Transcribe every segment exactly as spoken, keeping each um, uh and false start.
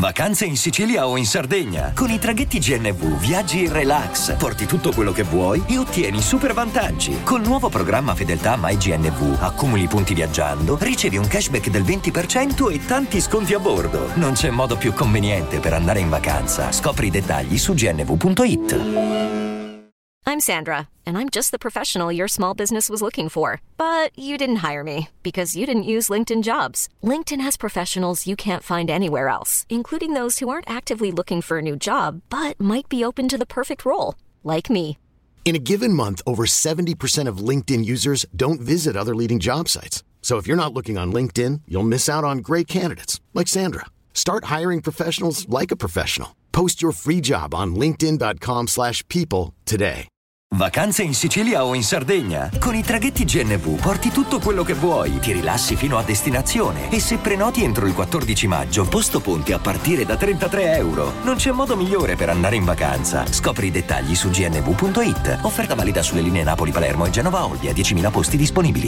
Vacanze in Sicilia o in Sardegna. Con i traghetti G N V viaggi in relax, porti tutto quello che vuoi e ottieni super vantaggi. Col nuovo programma Fedeltà MyGNV accumuli punti viaggiando, ricevi un cashback del venti per cento e tanti sconti a bordo. Non c'è modo più conveniente per andare in vacanza. Scopri i dettagli su g n v punto i t. I'm Sandra, and I'm just the professional your small business was looking for. But you didn't hire me because you didn't use LinkedIn Jobs. LinkedIn has professionals you can't find anywhere else, including those who aren't actively looking for a new job, but might be open to the perfect role, like me. In a given month, over seventy percent of LinkedIn users don't visit other leading job sites. So if you're not looking on LinkedIn, you'll miss out on great candidates like Sandra. Start hiring professionals like a professional. Post your free job on linkedin dot com slash people today. Vacanze in Sicilia o in Sardegna. Con i traghetti G N V porti tutto quello che vuoi, ti rilassi fino a destinazione e se prenoti entro il quattordici maggio, posto ponti a partire da trentatré euro. Non c'è modo migliore per andare in vacanza. Scopri i dettagli su g n v punto i t. Offerta valida sulle linee Napoli-Palermo e Genova-Olbia, diecimila posti disponibili.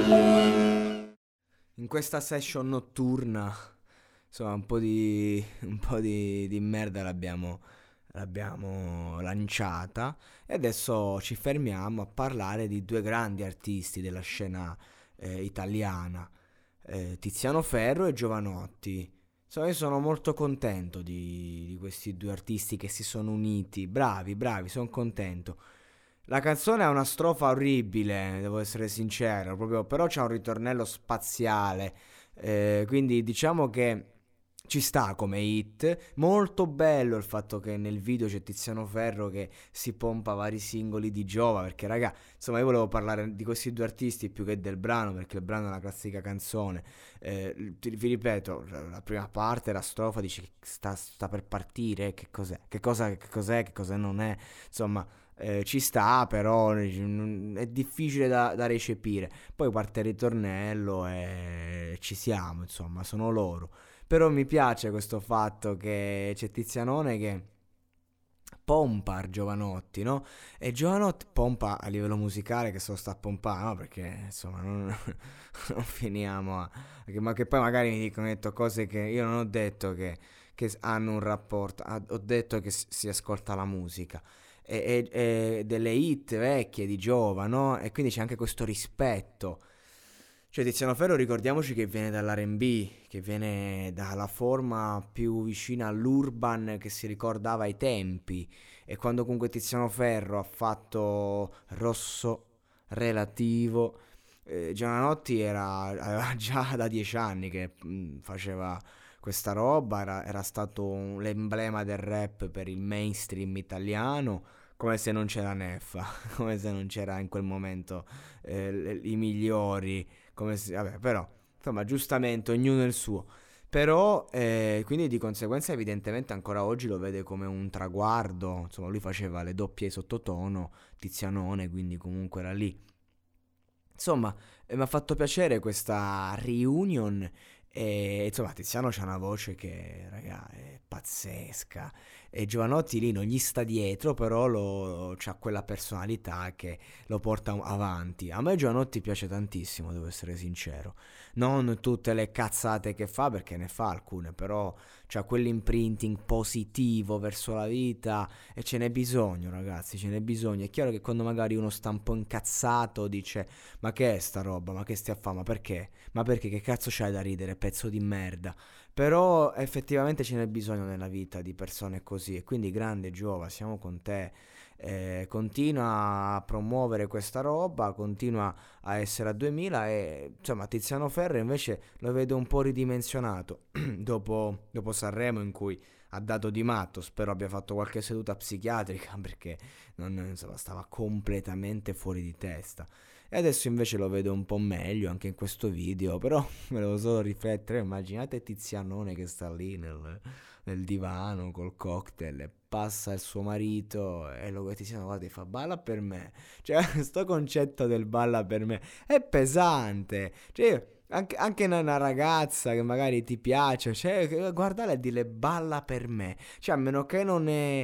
In questa session notturna, insomma, un po' di, un po' di, di merda l'abbiamo... l'abbiamo lanciata e adesso ci fermiamo a parlare di due grandi artisti della scena eh, italiana, eh, Tiziano Ferro e Jovanotti. Insomma, io sono molto contento di, di questi due artisti che si sono uniti, bravi, bravi, sono contento. La canzone ha una strofa orribile, devo essere sincero, proprio, però c'ha un ritornello spaziale, eh, quindi diciamo che ci sta come hit. Molto bello il fatto che nel video c'è Tiziano Ferro che si pompa vari singoli di Giova, perché raga, insomma, io volevo parlare di questi due artisti più che del brano, perché il brano è una classica canzone. Eh, vi ripeto, la prima parte, la strofa dice che sta, sta per partire, che cos'è, che cosa, che cos'è, che cosa non è, insomma, eh, ci sta, però è difficile da, da recepire. Poi parte il ritornello e ci siamo, insomma, sono loro. Però mi piace questo fatto che c'è Tizianone che pompa Jovanotti, no? E Jovanotti pompa a livello musicale, che se lo sta a pompare, no? Perché insomma non, non finiamo a... ma che poi magari mi dicono, detto cose che io non ho detto che, che hanno un rapporto, ho detto che si ascolta la musica e, e, e delle hit vecchie di Giova, no? E quindi c'è anche questo rispetto. Cioè Tiziano Ferro, ricordiamoci che viene dall'R and B, che viene dalla forma più vicina all'urban che si ricordava ai tempi, e quando comunque Tiziano Ferro ha fatto Rosso Relativo, eh, Jovanotti era, aveva già da dieci anni che mh, faceva questa roba, era, era stato un, l'emblema del rap per il mainstream italiano, come se non c'era Neffa, come se non c'era in quel momento eh, i migliori, come se, vabbè, però insomma, giustamente ognuno il suo. Però eh, quindi di conseguenza evidentemente ancora oggi lo vede come un traguardo. Insomma, lui faceva le doppie sottotono, Tizianone, quindi comunque era lì. Insomma, eh, mi ha fatto piacere questa reunion. E insomma, Tiziano c'ha una voce che, raga, è pazzesca, e Jovanotti lì non gli sta dietro, però lo, c'ha quella personalità che lo porta avanti. A me Jovanotti piace tantissimo, devo essere sincero, non tutte le cazzate che fa, perché ne fa alcune, però c'ha quell'imprinting positivo verso la vita, e ce n'è bisogno, ragazzi, ce n'è bisogno. È chiaro che quando magari uno sta un po' incazzato dice: ma che è sta roba, ma che stai a fare, ma perché, ma perché, che cazzo c'hai da ridere, pezzo di merda. Però effettivamente ce n'è bisogno nella vita di persone così, e quindi grande Giova, siamo con te. Eh, continua a promuovere questa roba, continua a essere a duemila, e insomma Tiziano Ferro invece lo vedo un po' ridimensionato dopo, dopo Sanremo, in cui ha dato di matto. Spero abbia fatto qualche seduta psichiatrica, perché non, insomma, stava completamente fuori di testa. E adesso invece lo vedo un po' meglio anche in questo video. Però volevo solo riflettere, immaginate Tizianone che sta lì nel, nel divano col cocktail e passa il suo marito e lo Tiziano guarda e fa: balla per me. Cioè, sto concetto del balla per me è pesante. Cioè, anche, anche una ragazza che magari ti piace, cioè, guardala e dile balla per me. Cioè, a meno che non è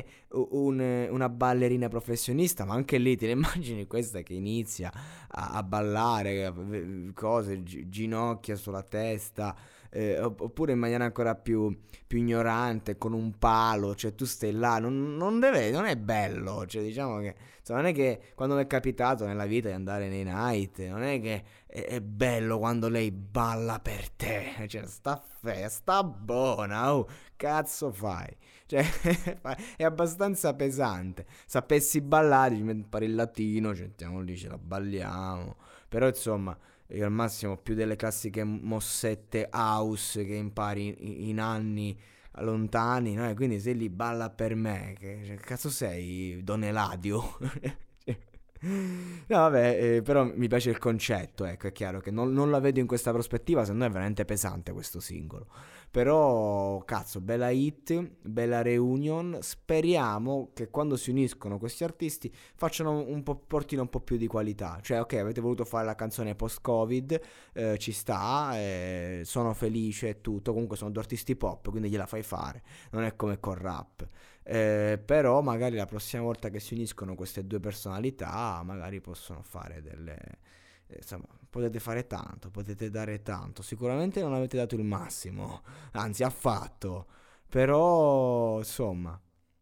un, una ballerina professionista, ma anche lì te ne immagini questa che inizia a, a ballare, cose, gi- ginocchia sulla testa, eh, opp- oppure in maniera ancora più, più ignorante, con un palo, cioè tu stai là, non, non deve, non è bello, cioè diciamo che, insomma, non è che quando mi è capitato nella vita di andare nei night, non è che è, è bello quando lei balla per te, cioè sta fe, sta buona, oh, cazzo fai? Cioè, è abbastanza pesante. Sapessi ballare, ci metti il latino, ci mettiamo lì, ce la balliamo. Però insomma, io al massimo più delle classiche mossette house che impari in, in anni lontani, no? E quindi sei lì, balla per me. Che, che cazzo sei, Don Eladio? No, vabbè, eh, però mi piace il concetto, ecco, è chiaro che non, non la vedo in questa prospettiva, se no è veramente pesante questo singolo. Però, cazzo, bella hit, bella reunion, speriamo che quando si uniscono questi artisti facciano un po', portino un po' più di qualità. Cioè, ok, avete voluto fare la canzone post-Covid, eh, ci sta, eh, sono felice e tutto, comunque sono due artisti pop, quindi gliela fai fare, non è come col rap. Eh, però magari la prossima volta che si uniscono queste due personalità, magari possono fare delle... eh, insomma, potete fare tanto, potete dare tanto. Sicuramente non avete dato il massimo, anzi affatto. Però, insomma,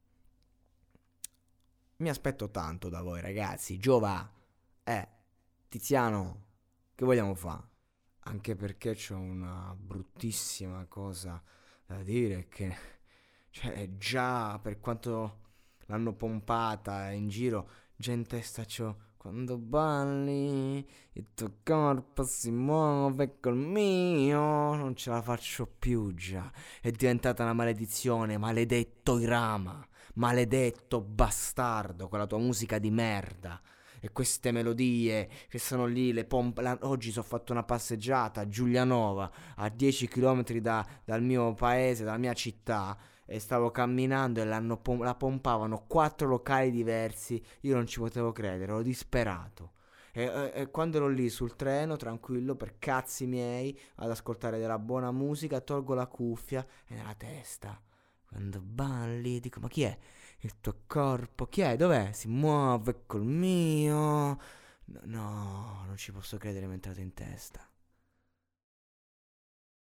mi aspetto tanto da voi ragazzi. Giova, eh, Tiziano, che vogliamo fare? Anche perché c'ho una bruttissima cosa da dire che... Cioè, già per quanto l'hanno pompata in giro, già in testa c'ho quando balli, il tuo corpo si muove col mio. Non ce la faccio più già. È diventata una maledizione, maledetto Irama, maledetto bastardo, con la tua musica di merda. E queste melodie che sono lì, le pompe. La... Oggi sono fatto una passeggiata a Giulianova, a dieci chilometri da, dal mio paese, dalla mia città. E stavo camminando e l'hanno pom- la pompavano quattro locali diversi. Io non ci potevo credere, ero disperato. E, e, e quando ero lì sul treno, tranquillo, per cazzi miei, ad ascoltare della buona musica, tolgo la cuffia e nella testa, quando balli, dico: ma chi è? Il tuo corpo, chi è? Dov'è? Si muove col mio. No, no, non ci posso credere, mi è entrato in testa.